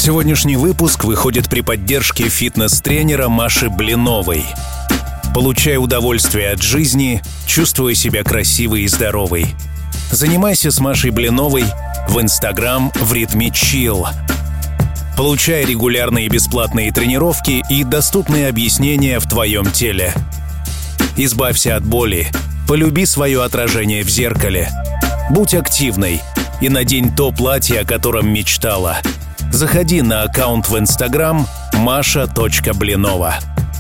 Сегодняшний выпуск выходит при поддержке фитнес-тренера Маши Блиновой. Получай удовольствие от жизни, чувствуя себя красивой и здоровой. Занимайся с Машей Блиновой в Instagram в ритме Chill. Получай регулярные бесплатные тренировки и доступные объяснения в твоем теле. Избавься от боли, полюби свое отражение в зеркале. Будь активной и надень то платье, о котором мечтала. Заходи на аккаунт в Instagram masha.blinova.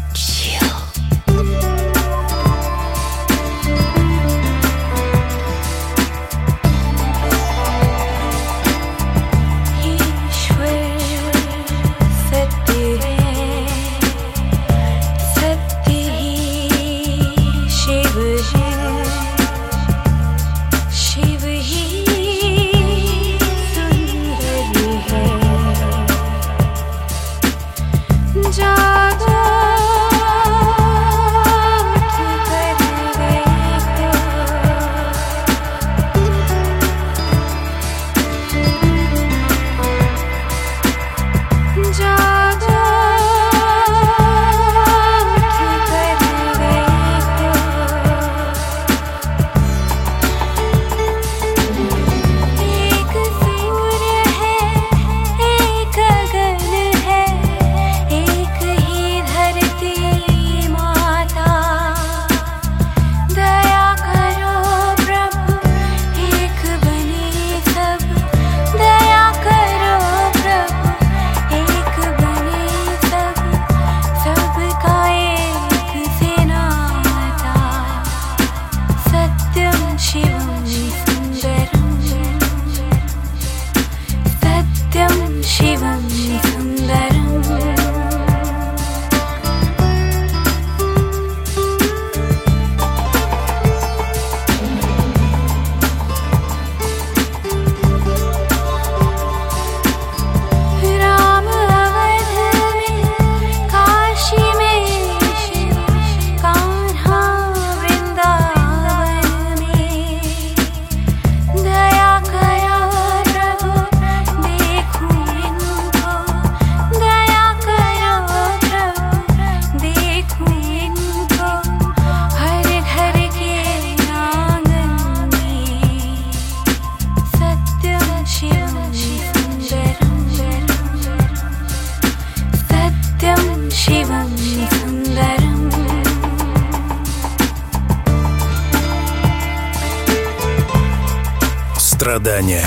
Страдания.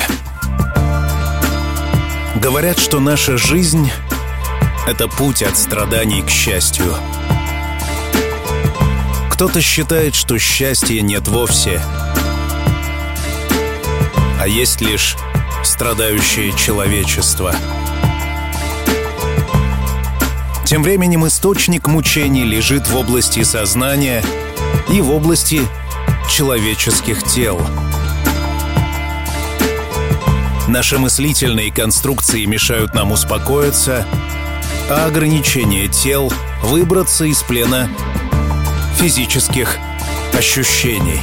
Говорят, что наша жизнь — это путь от страданий к счастью. Кто-то считает, что счастья нет вовсе, а есть лишь страдающее человечество. Тем временем источник мучений лежит в области сознания и в области человеческих тел. Наши мыслительные конструкции мешают нам успокоиться, а ограничение тел — выбраться из плена физических ощущений.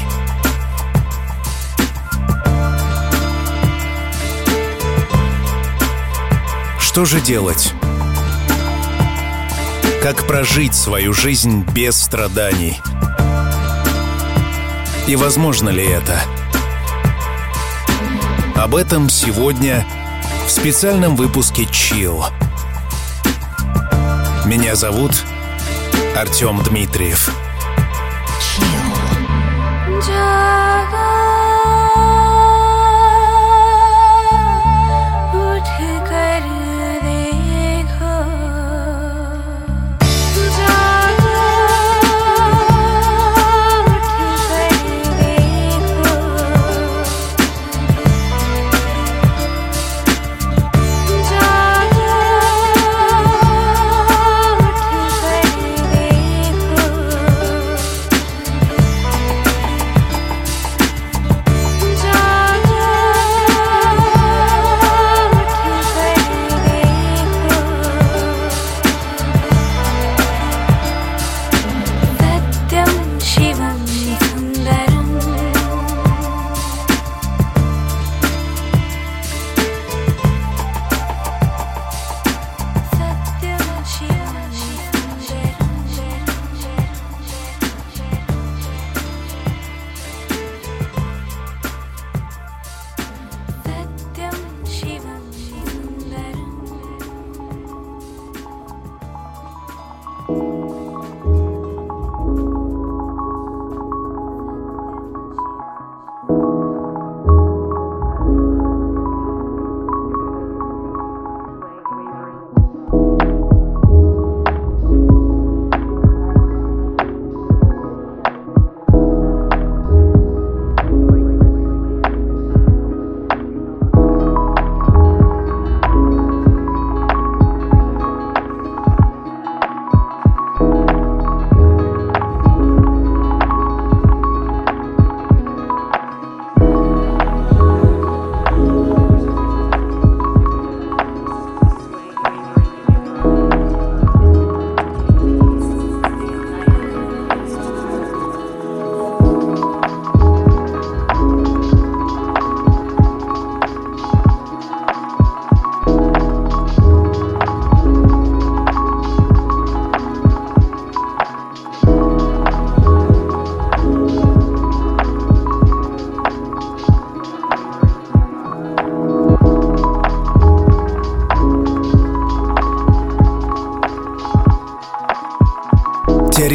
Что же делать? Как прожить свою жизнь без страданий? И возможно ли это? Об этом сегодня в специальном выпуске Chill. Меня зовут Артем Дмитриев.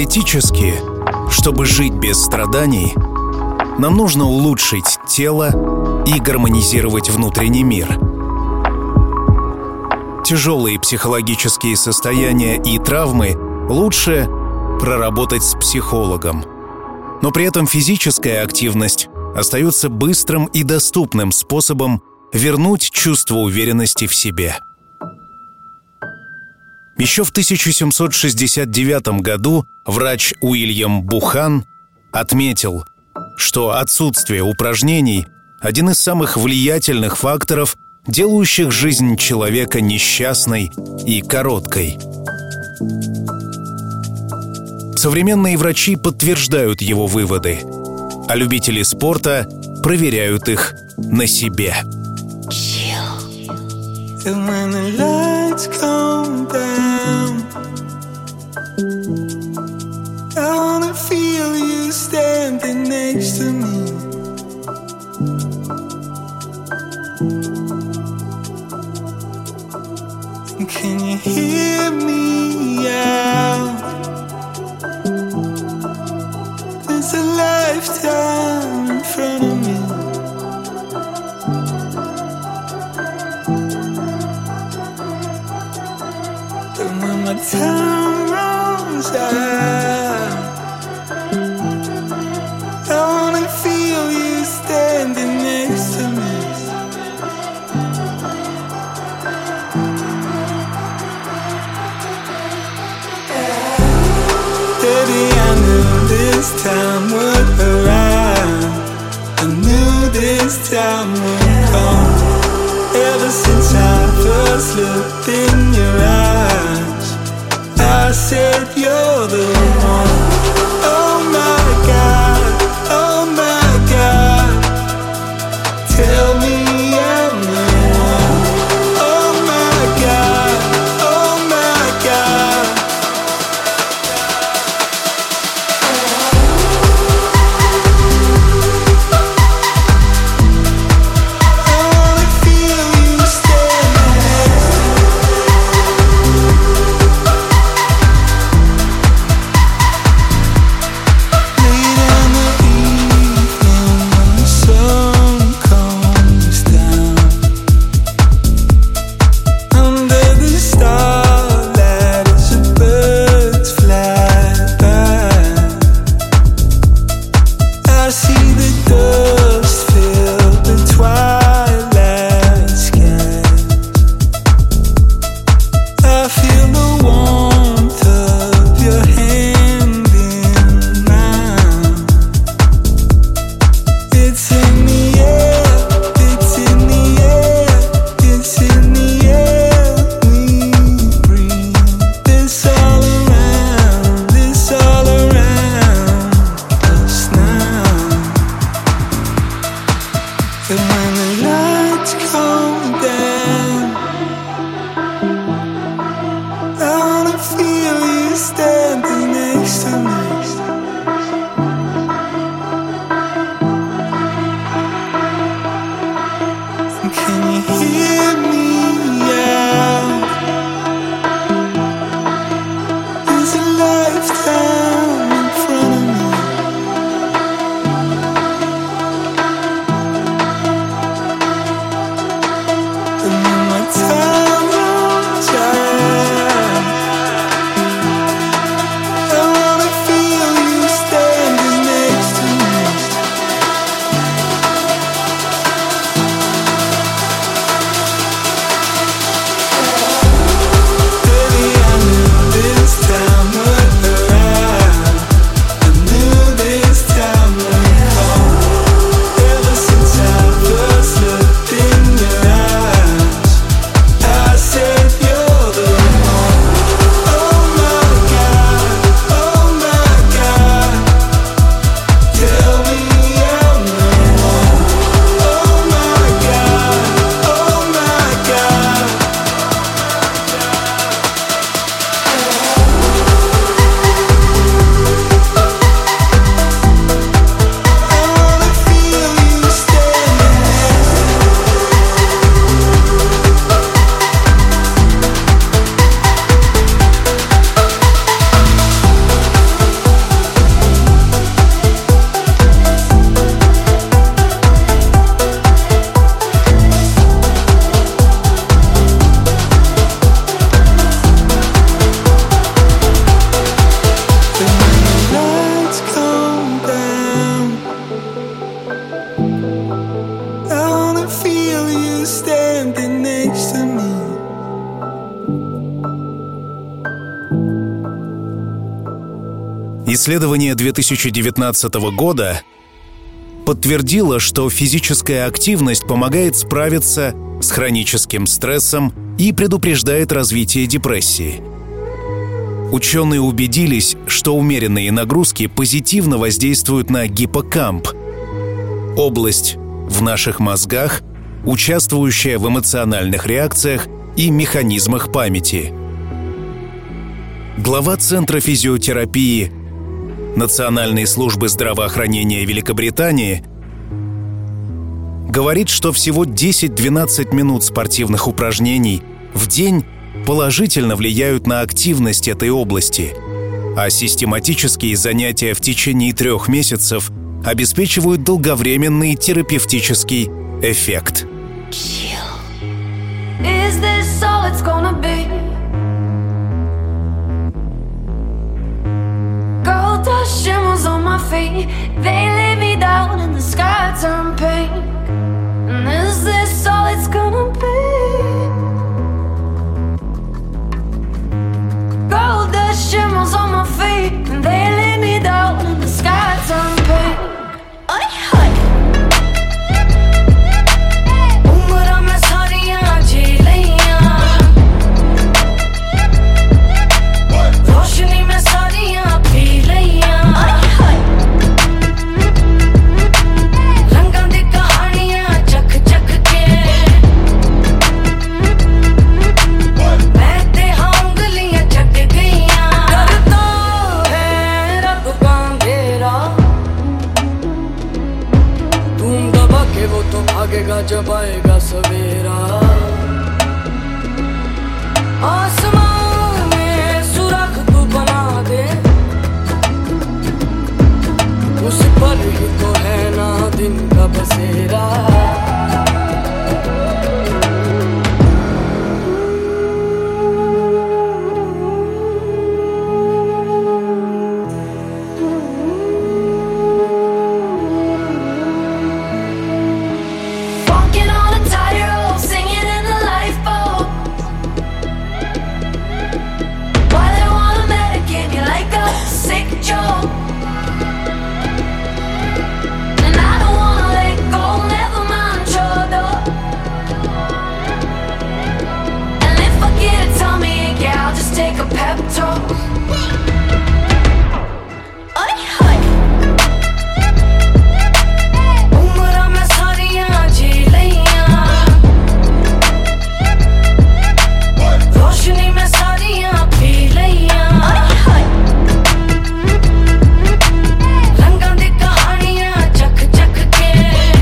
Теоретически, чтобы жить без страданий, нам нужно улучшить тело и гармонизировать внутренний мир. Тяжелые психологические состояния и травмы лучше проработать с психологом. Но при этом физическая активность остается быстрым и доступным способом вернуть чувство уверенности в себе. Еще в 1769 году врач Уильям Бухан отметил, что отсутствие упражнений – один из самых влиятельных факторов, делающих жизнь человека несчастной и короткой. Современные врачи подтверждают его выводы, а любители спорта проверяют их на себе. Can you hear me out? There's a lifetime in front of me. And when my time runs out, I wanna feel you standing next to me. This time would arrive. I knew this time would come. Ever since I first looked in your eyes, I said you're the one. Oh my God, oh my God, tell me I'm the one. Oh my God, oh my God. Исследование 2019 года подтвердило, что физическая активность помогает справиться с хроническим стрессом и предупреждает развитие депрессии. Ученые убедились, что умеренные нагрузки позитивно воздействуют на гиппокамп – область в наших мозгах, участвующая в эмоциональных реакциях и механизмах памяти. Глава Центра физиотерапии Национальной службы здравоохранения Великобритании говорит, что всего 10-12 минут спортивных упражнений в день положительно влияют на активность этой области, а систематические занятия в течение 3 месяцев обеспечивают долговременный терапевтический эффект. Gold dust shimmers on my feet. They lay me down and the sky turned pink. And is this all it's gonna be? Gold dust shimmers on my feet. And they lay me down and the sky turned pink. Umra mein sariyan jee liyan, roshni mein sariyan pee liyan, rangan di kahaniyan chak chak ke main teha ungaliyan chak gayiyan. Karta hai rab ka andhera, tum daba ke wo to bhagega jab aayega savera. आसमान में सुराख तू बना दे, उस पर ही तो है ना दिन का बसेरा. Walking on a tightrope, singing in the lifeboat. Why they wanna medicate me like a sick joke? And I don't wanna let go, never mind chodo. And if I get a tummy ache, yeah, I'll just take a pep talk. Oi, oi. Umra mein sariyan jee liyan, roshni mein sariyan pee liyan, rangan di kahaniyan chak chak ke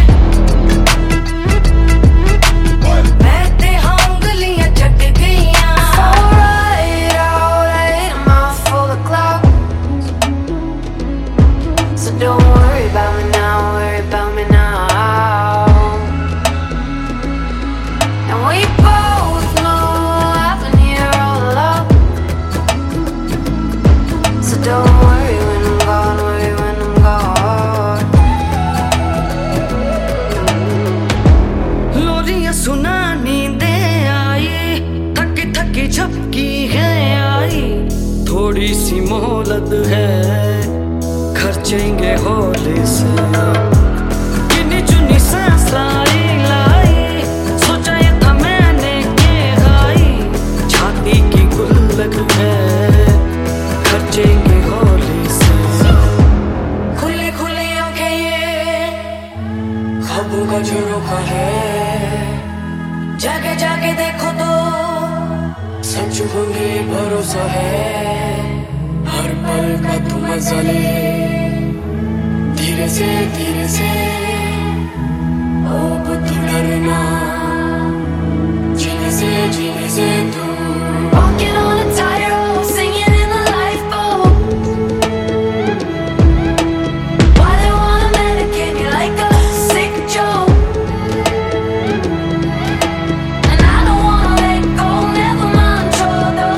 main teha ungaliyan chak gayiyan. Alright, out, I ate 'em out for the clouds. So don't worry about me now, worry about me now. And we both know I've been here all along. So don't worry when I'm gone, worry when I'm gone. लोरियां सुना नींदे आई, थकी थकी झपकी है आई. थोड़ी सी मोहलत है, खर्चेंगे होली से. गिनी चुनी सांस लाई लाई, सोचा ये था मैंने के खाई. छाती की गुल्लक है, खर्चेंगे होली से. खुली खुली आंखें ये ख्वाबों का झरोखा है. जाके जाके देखो तो सच होंगे भरोसा है. हर पल का तू मजा ले, धीरे से ओ बुद्ध डरना, जीने से तू. Walking on a tightrope, singing in the lifeboat. Why they wanna medicate me like a sick joke? And I don't wanna let go, never mind chodo.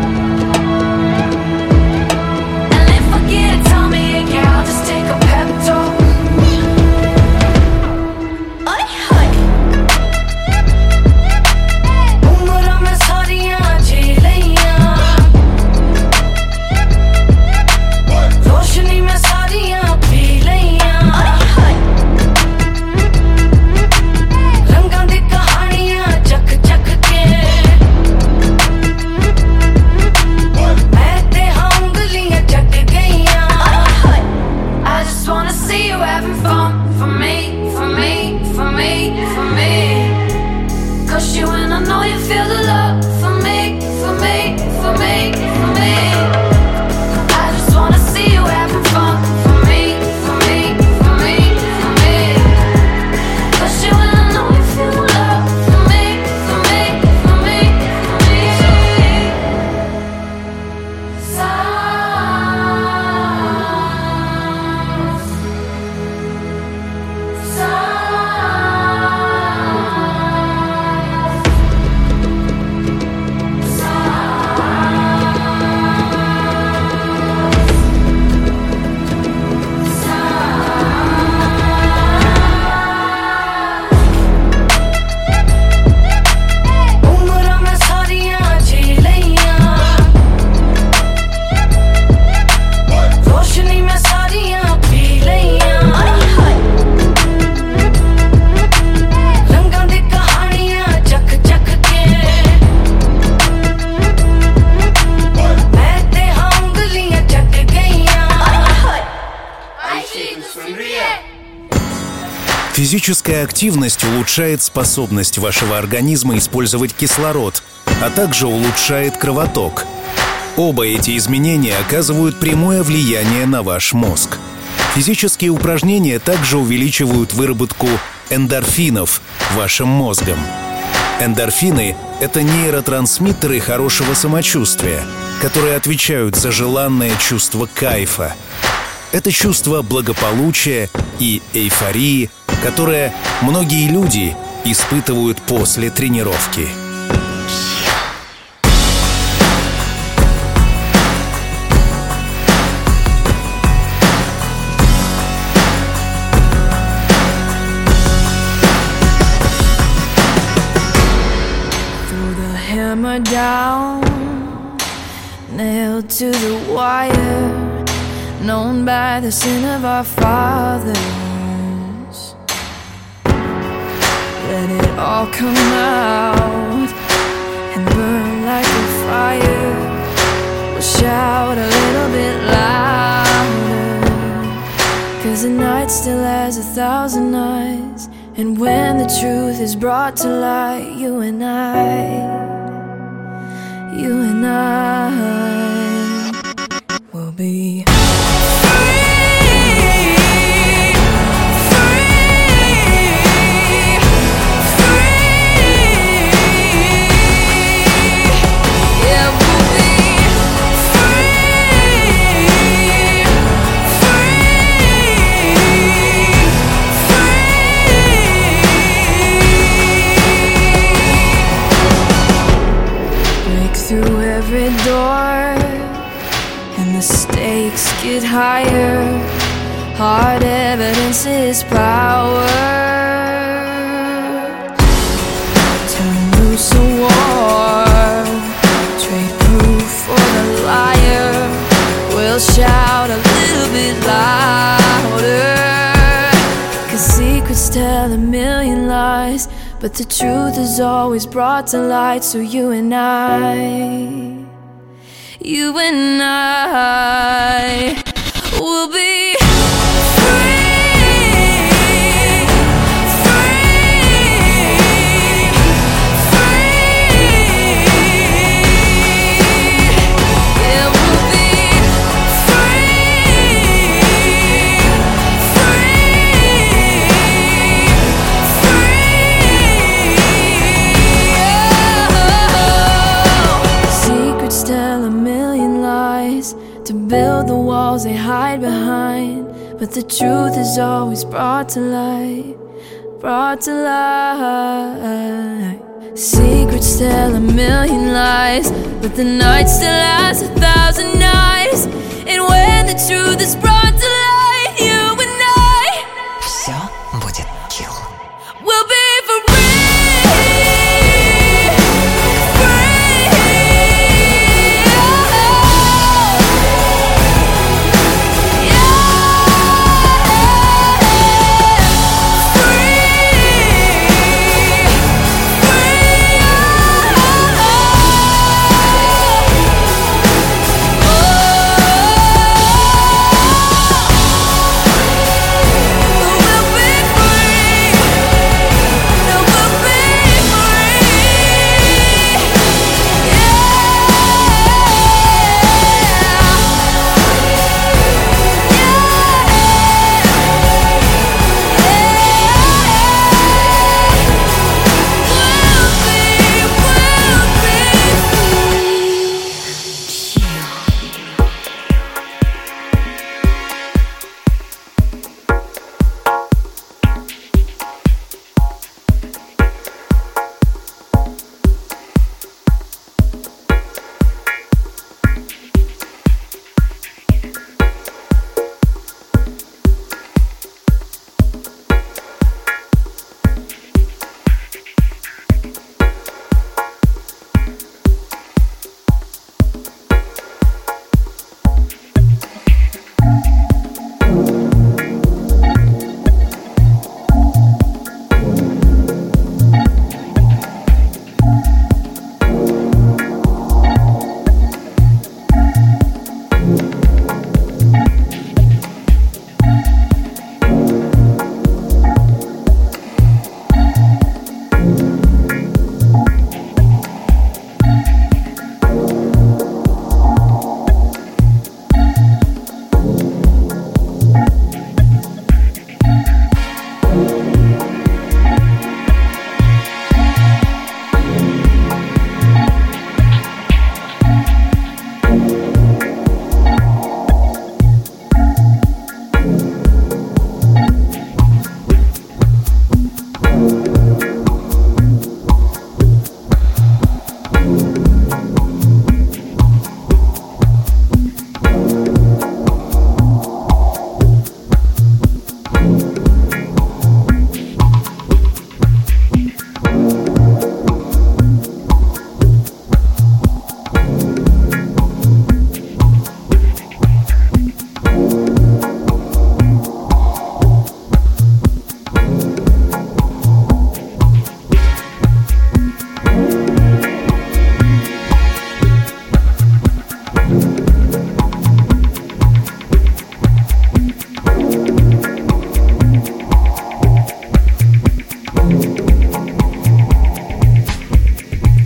And if I get a tummy ache, yeah, I'll just take a pep talk. Oi, oi. Физическая активность улучшает способность вашего организма использовать кислород, а также улучшает кровоток. Оба эти изменения оказывают прямое влияние на ваш мозг. Физические упражнения также увеличивают выработку эндорфинов вашим мозгом. Эндорфины — это нейротрансмиттеры хорошего самочувствия, которые отвечают за желанное чувство кайфа. Это чувство благополучия и эйфории, которое многие люди испытывают после тренировки. Down, nailed to the wire, known by the sin of our fathers. Let it all come out and burn like a fire. We'll shout a little bit louder, 'cause the night still has 1,000 nights. And when the truth is brought to light, you and I will be door, and the stakes get higher. Hard evidence is power. Turn loose a war, trade proof for the liar. We'll shout a little bit louder, 'cause secrets tell a million lies, but the truth is always brought to light. So you and I will be free. Build the walls they hide behind, but the truth is always brought to light, brought to light. Secrets tell a million lies, but the night still has 1,000 nights. And when the truth is brought to light, you and I, все будет chill. We'll be free.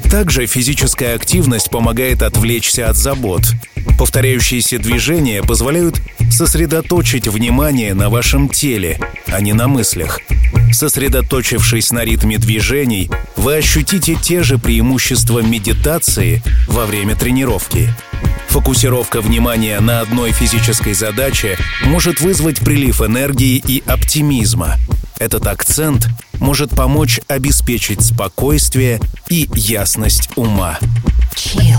Также физическая активность помогает отвлечься от забот. Повторяющиеся движения позволяют сосредоточить внимание на вашем теле, а не на мыслях. Сосредоточившись на ритме движений, вы ощутите те же преимущества медитации во время тренировки. Фокусировка внимания на одной физической задаче может вызвать прилив энергии и оптимизма. Этот акцент может помочь обеспечить спокойствие и ясность ума. Chill.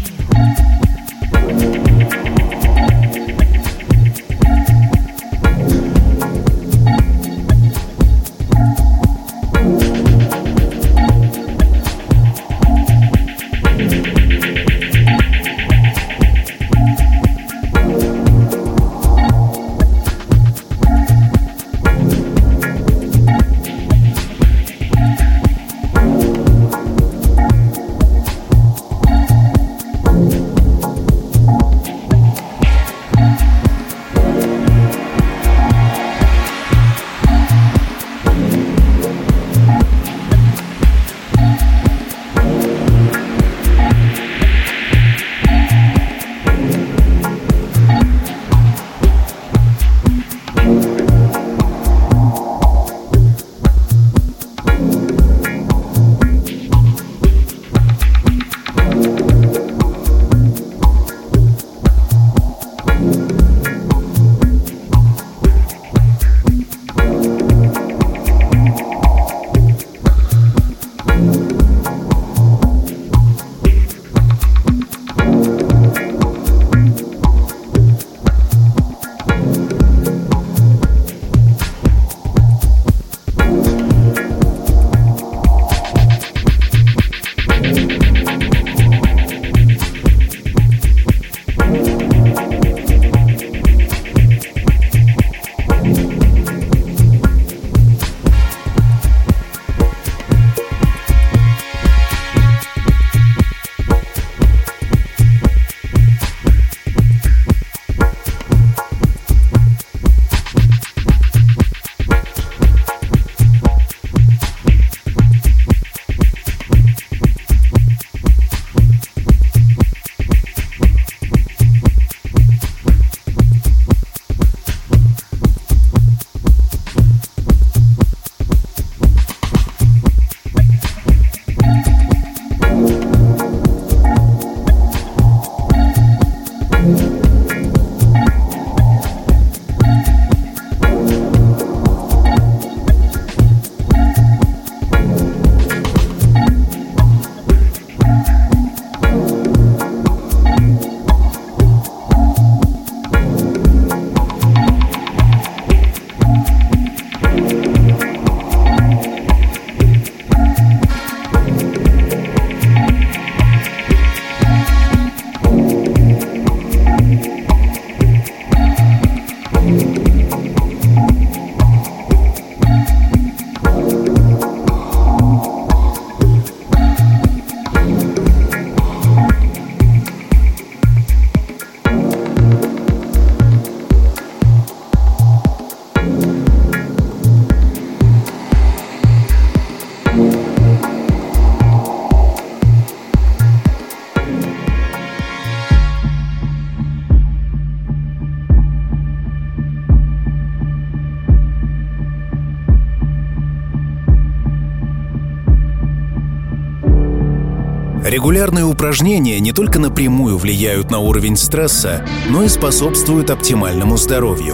Регулярные упражнения не только напрямую влияют на уровень стресса, но и способствуют оптимальному здоровью.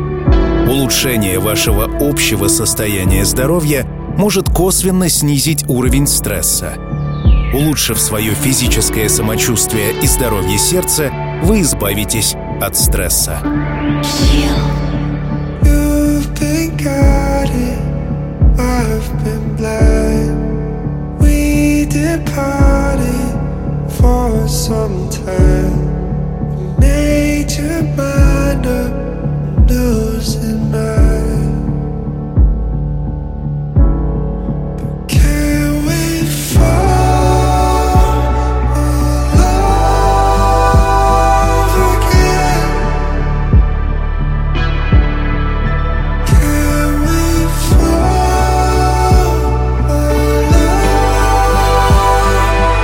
Улучшение вашего общего состояния здоровья может косвенно снизить уровень стресса. Улучшив свое физическое самочувствие и здоровье сердца, вы избавитесь от стресса. For some time, made your mind up, losing mine. But can we fall in love again? Can we fall in love?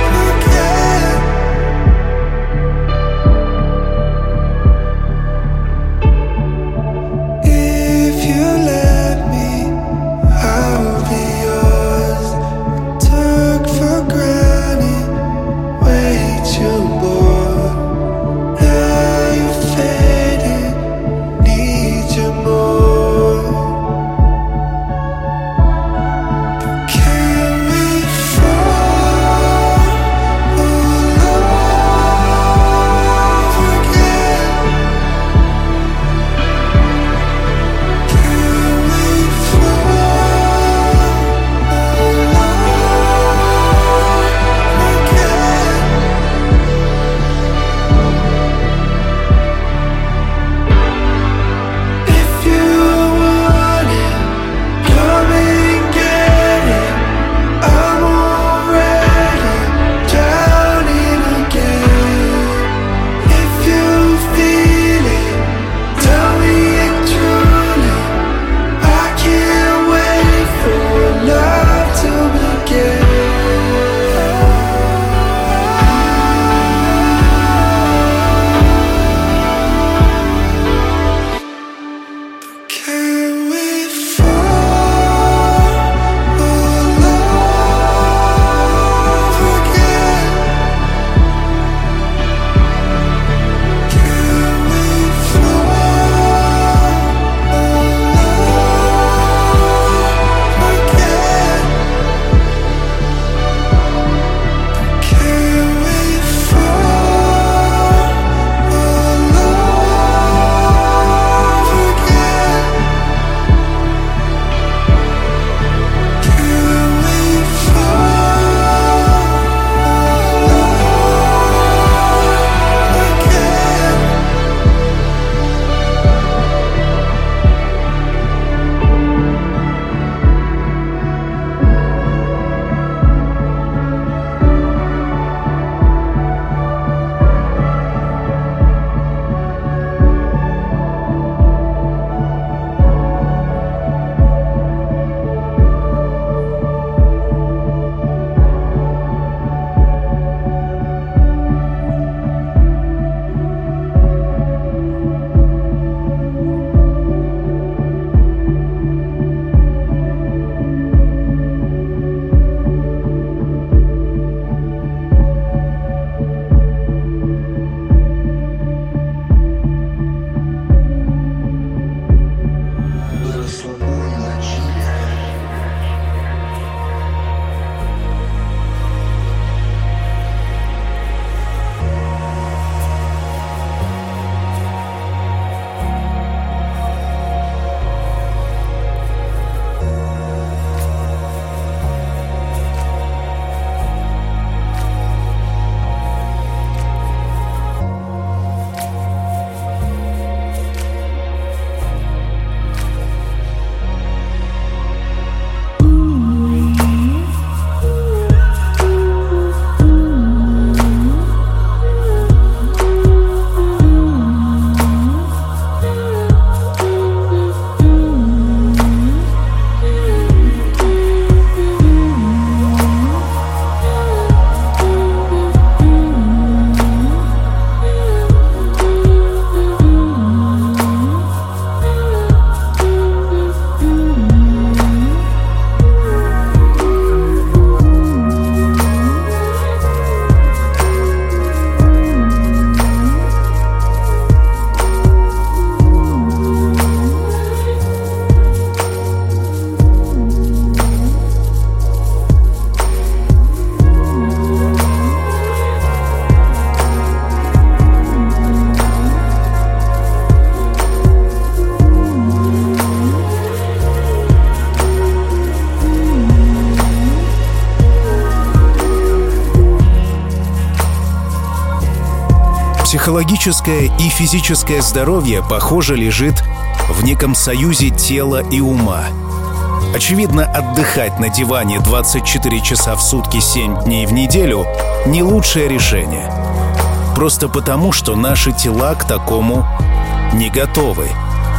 Психологическое и физическое здоровье, похоже, лежит в неком союзе тела и ума. Очевидно, отдыхать на диване 24 часа в сутки 7 дней в неделю – не лучшее решение. Просто потому, что наши тела к такому не готовы.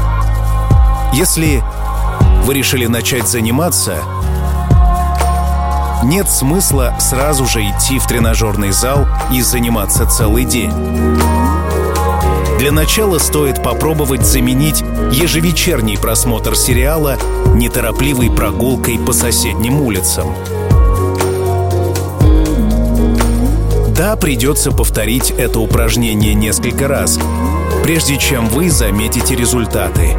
Если вы решили начать заниматься, нет смысла сразу же идти в тренажерный зал и заниматься целый день. Для начала стоит попробовать заменить ежевечерний просмотр сериала неторопливой прогулкой по соседним улицам. Да, придется повторить это упражнение несколько раз, прежде чем вы заметите результаты.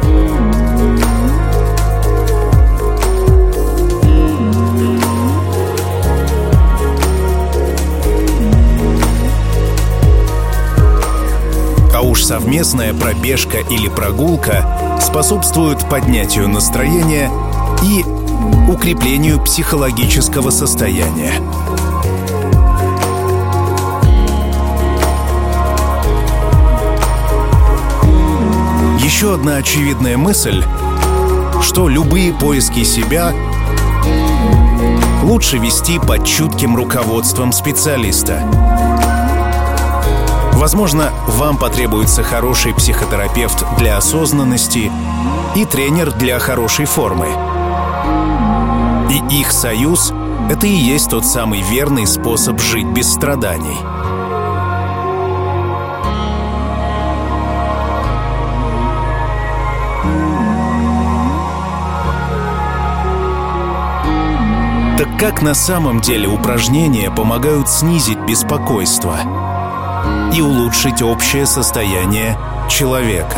А уж совместная пробежка или прогулка способствуют поднятию настроения и укреплению психологического состояния. Еще одна очевидная мысль, что любые поиски себя лучше вести под чутким руководством специалиста. Возможно, вам потребуется хороший психотерапевт для осознанности и тренер для хорошей формы. И их союз — это и есть тот самый верный способ жить без страданий. Так как на самом деле упражнения помогают снизить беспокойство и улучшить общее состояние человека?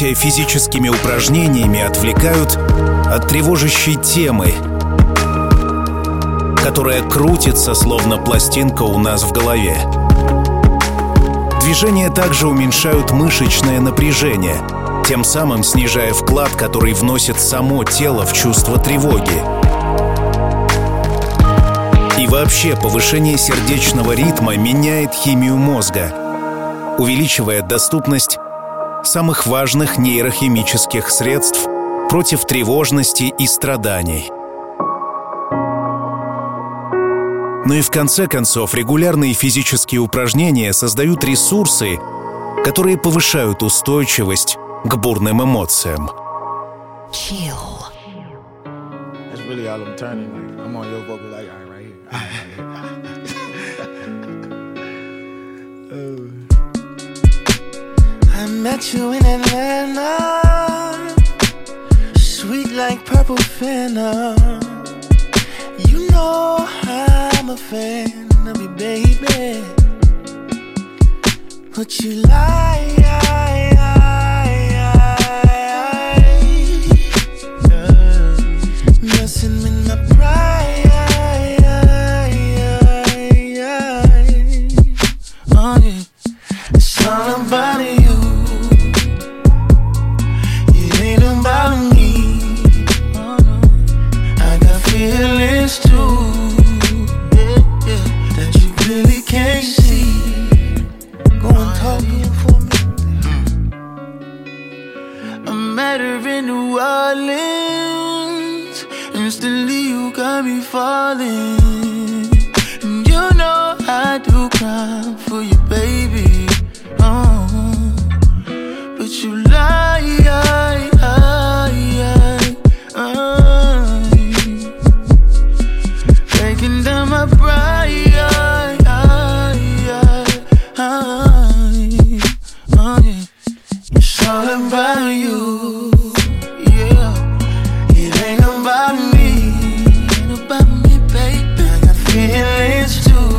занятия физическими упражнениями отвлекают от тревожащей темы, которая крутится, словно пластинка у нас в голове. Движения также уменьшают мышечное напряжение, тем самым снижая вклад, который вносит само тело в чувство тревоги. И вообще, повышение сердечного ритма меняет химию мозга, увеличивая доступность самых важных нейрохимических средств против тревожности и страданий. Ну и в конце концов, регулярные физические упражнения создают ресурсы, которые повышают устойчивость к бурным эмоциям. Chill. That's really all I'm turning. Like, I'm on your vocal like, all right, right here. I met you in Atlanta, sweet like purple Fanta. You know I'm a fan of you, baby. But you lie, messing with my pride. Oh yeah, it's all about you. It ain't about me. I got feelings too, yeah, that you really can't see. Go and talk to him for me. I met her in New Orleans. Instantly you got me falling. And you know I do crime for you, baby. But you lie. Breaking down my pride. It's all about you. Yeah, it ain't about me. Ain't about me, baby. I got feelings too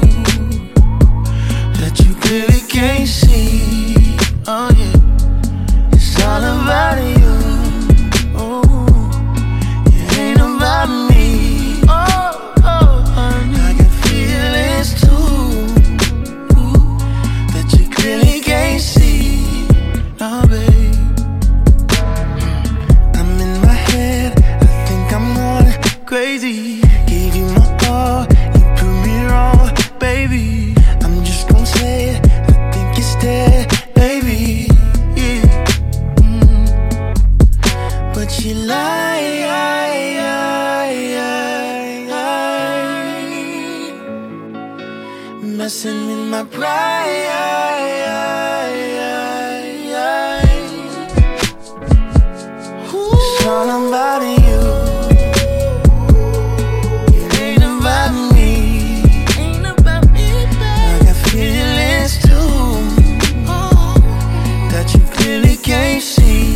that you clearly can't see. Oh yeah, it's all about you. Oh, it ain't about me. I got feelings too that you clearly can't see. Oh, babe, I'm in my head. I think I'm going crazy. Gave you my all, you proved me wrong, baby. I'm just gonna say it. I think it's dead, baby. Yeah. But you lie. Messing with my pride. It's all about you. It ain't about me. Ain't about me, babe. I got feelings too that you clearly can't see.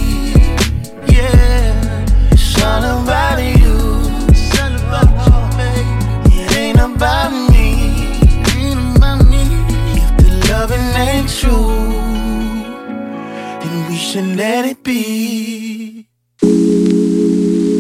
Yeah, it's all about you. It's all about you, babe. It ain't about me. Ain't about me. If the loving ain't true, then we should let it be.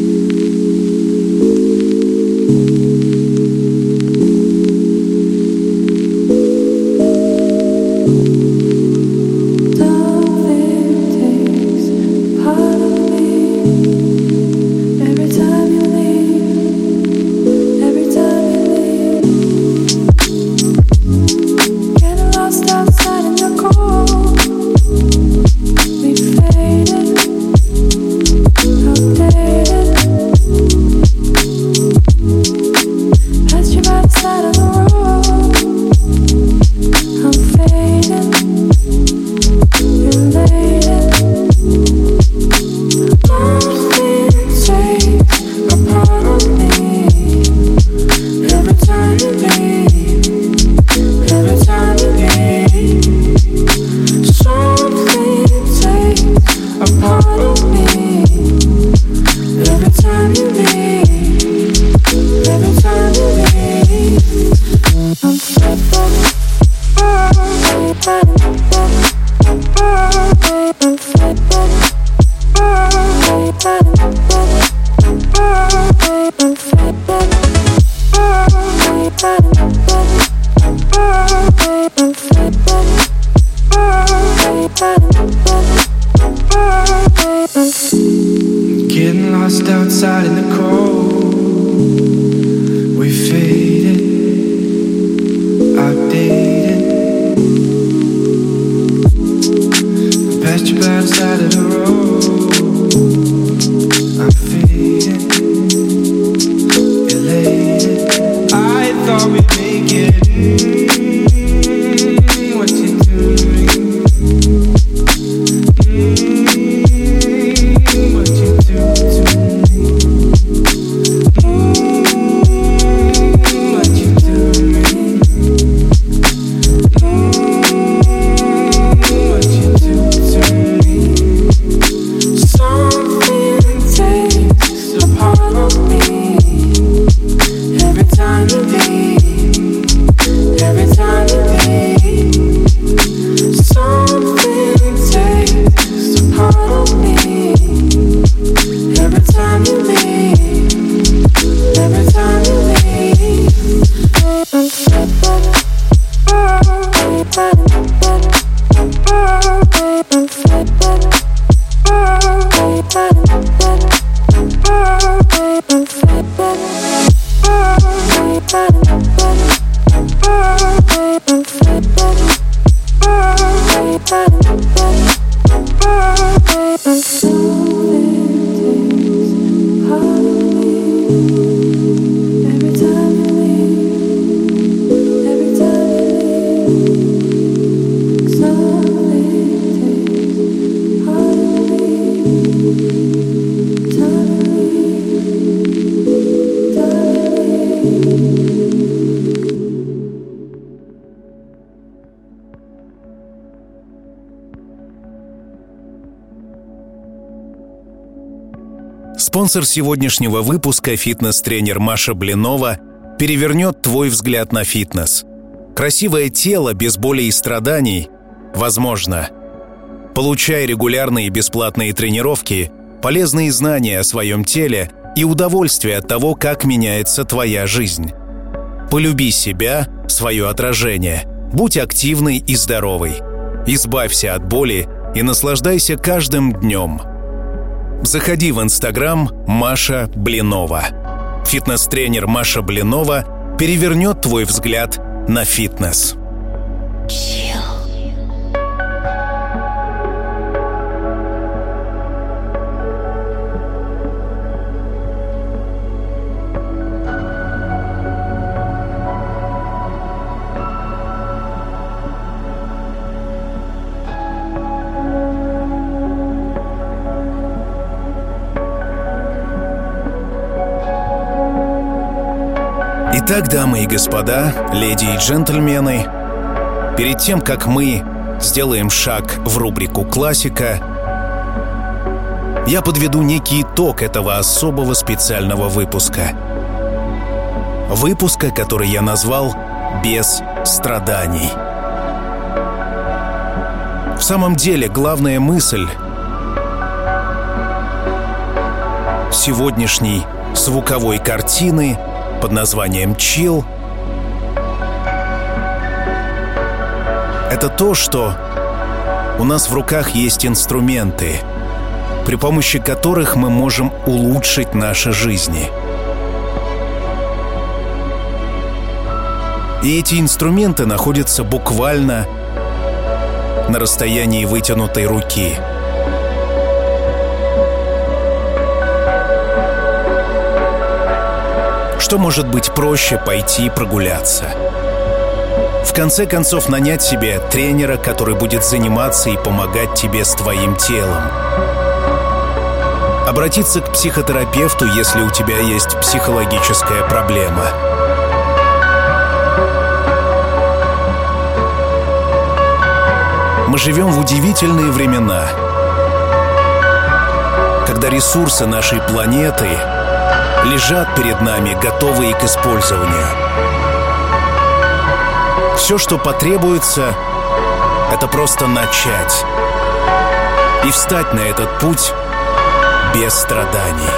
lost outside in the cold. We faded, outdated. Passed you by the side of the road. I'm fading, elated. I thought we'd make it. What you doing? What you do to me? What you doing? What you do to me? Something takes a part of me. Every time you leave, every time you leave, something takes a part of me. Every time you leave, every time you leave, Спонсор сегодняшнего выпуска, фитнес-тренер Маша Блинова, перевернет твой взгляд на фитнес. Красивое тело без боли и страданий возможно. Получай регулярные бесплатные тренировки, полезные знания о своем теле и удовольствие от того, как меняется твоя жизнь. Полюби себя, свое отражение. Будь активной и здоровой. Избавься от боли и наслаждайся каждым днем. Заходи в Инстаграм Маша Блинова. Фитнес-тренер Маша Блинова перевернет твой взгляд на фитнес. Итак, дамы и господа, леди и джентльмены, перед тем, как мы сделаем шаг в рубрику «Классика», я подведу некий итог этого особого специального выпуска. Выпуска, который я назвал «Без страданий». В самом деле, главная мысль сегодняшней звуковой картины под названием «Chill» — это то, что у нас в руках есть инструменты, при помощи которых мы можем улучшить наши жизни. И эти инструменты находятся буквально на расстоянии вытянутой руки. Что может быть проще пойти прогуляться? В конце концов, нанять себе тренера, который будет заниматься и помогать тебе с твоим телом. Обратиться к психотерапевту, если у тебя есть психологическая проблема. Мы живем в удивительные времена, когда ресурсы нашей планеты лежат перед нами, готовые к использованию. Все, что потребуется, это просто начать и встать на этот путь без страданий.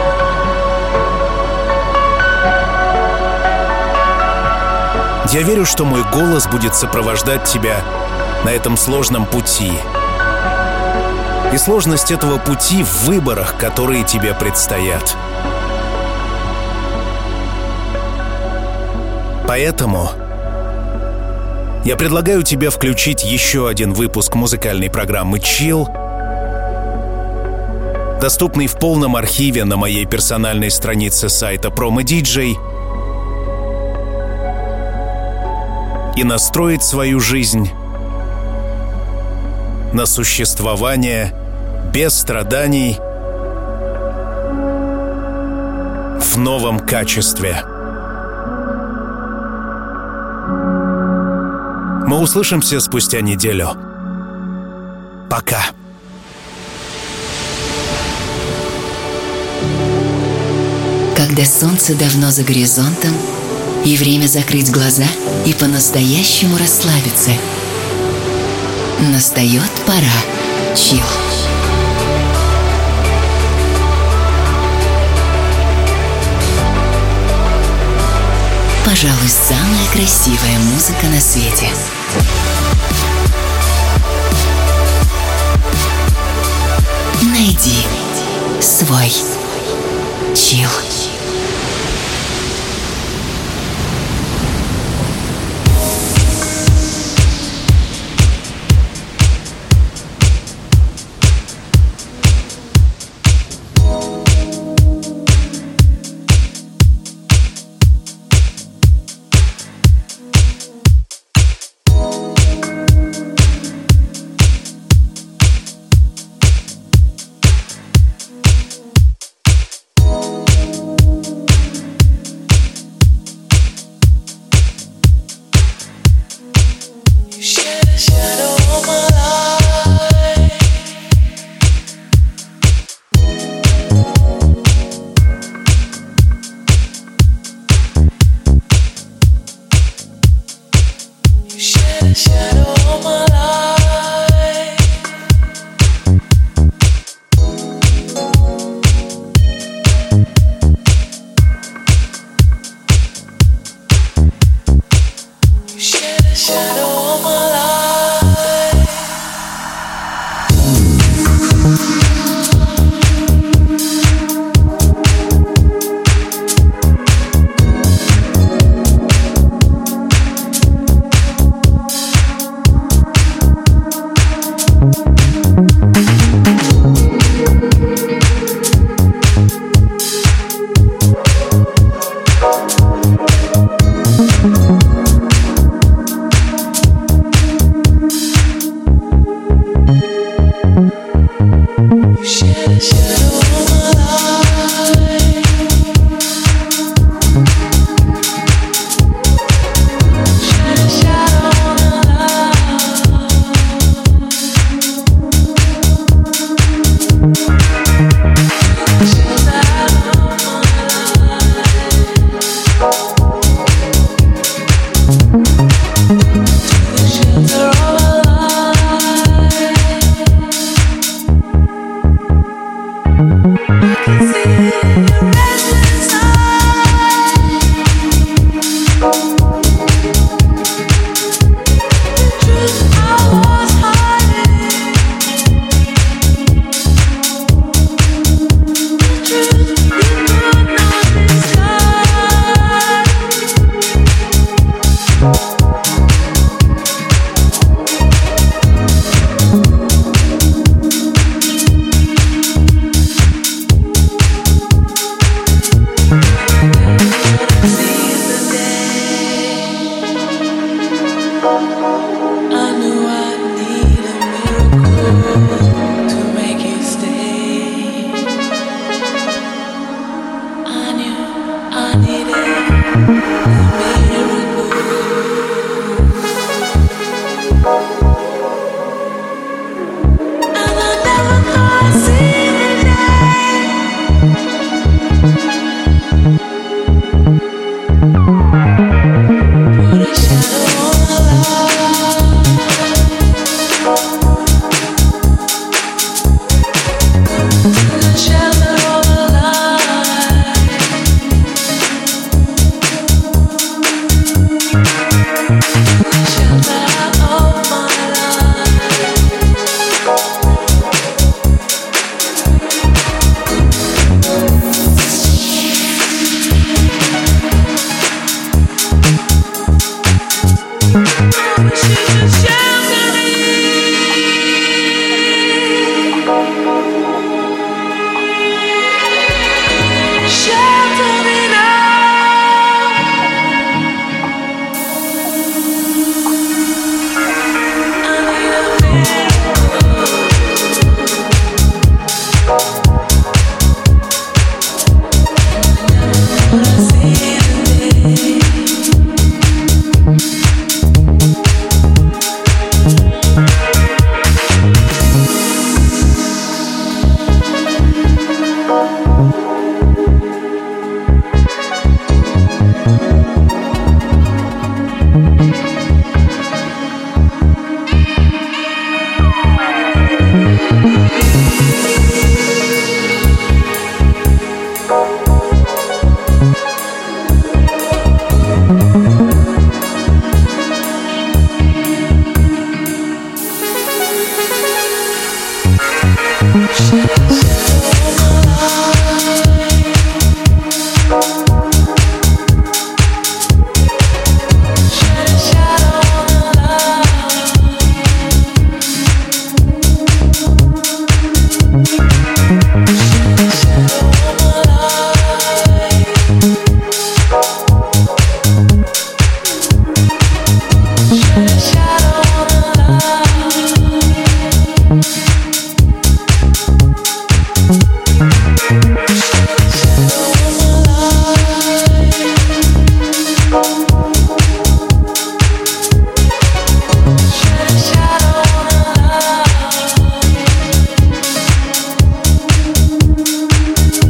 Я верю, что мой голос будет сопровождать тебя на этом сложном пути. и сложность этого пути в выборах, которые тебе предстоят. Поэтому я предлагаю тебе включить еще один выпуск музыкальной программы Chill, доступный в полном архиве на моей персональной странице сайта Promo DJ, и настроить свою жизнь на существование без страданий в новом качестве. Мы услышимся спустя неделю. Пока. Когда солнце давно за горизонтом, и время закрыть глаза и по-настоящему расслабиться, настает пора Chill. Пожалуй, самая красивая музыка на свете. Найди свой Chill.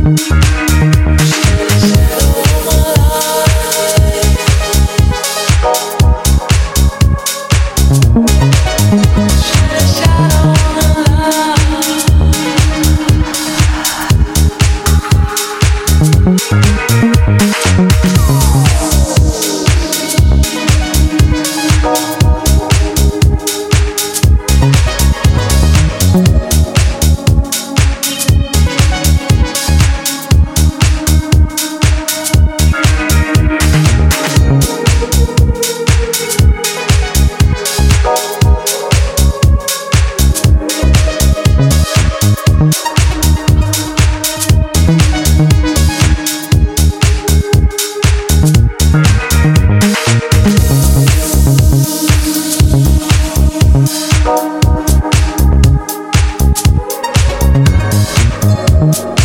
Thank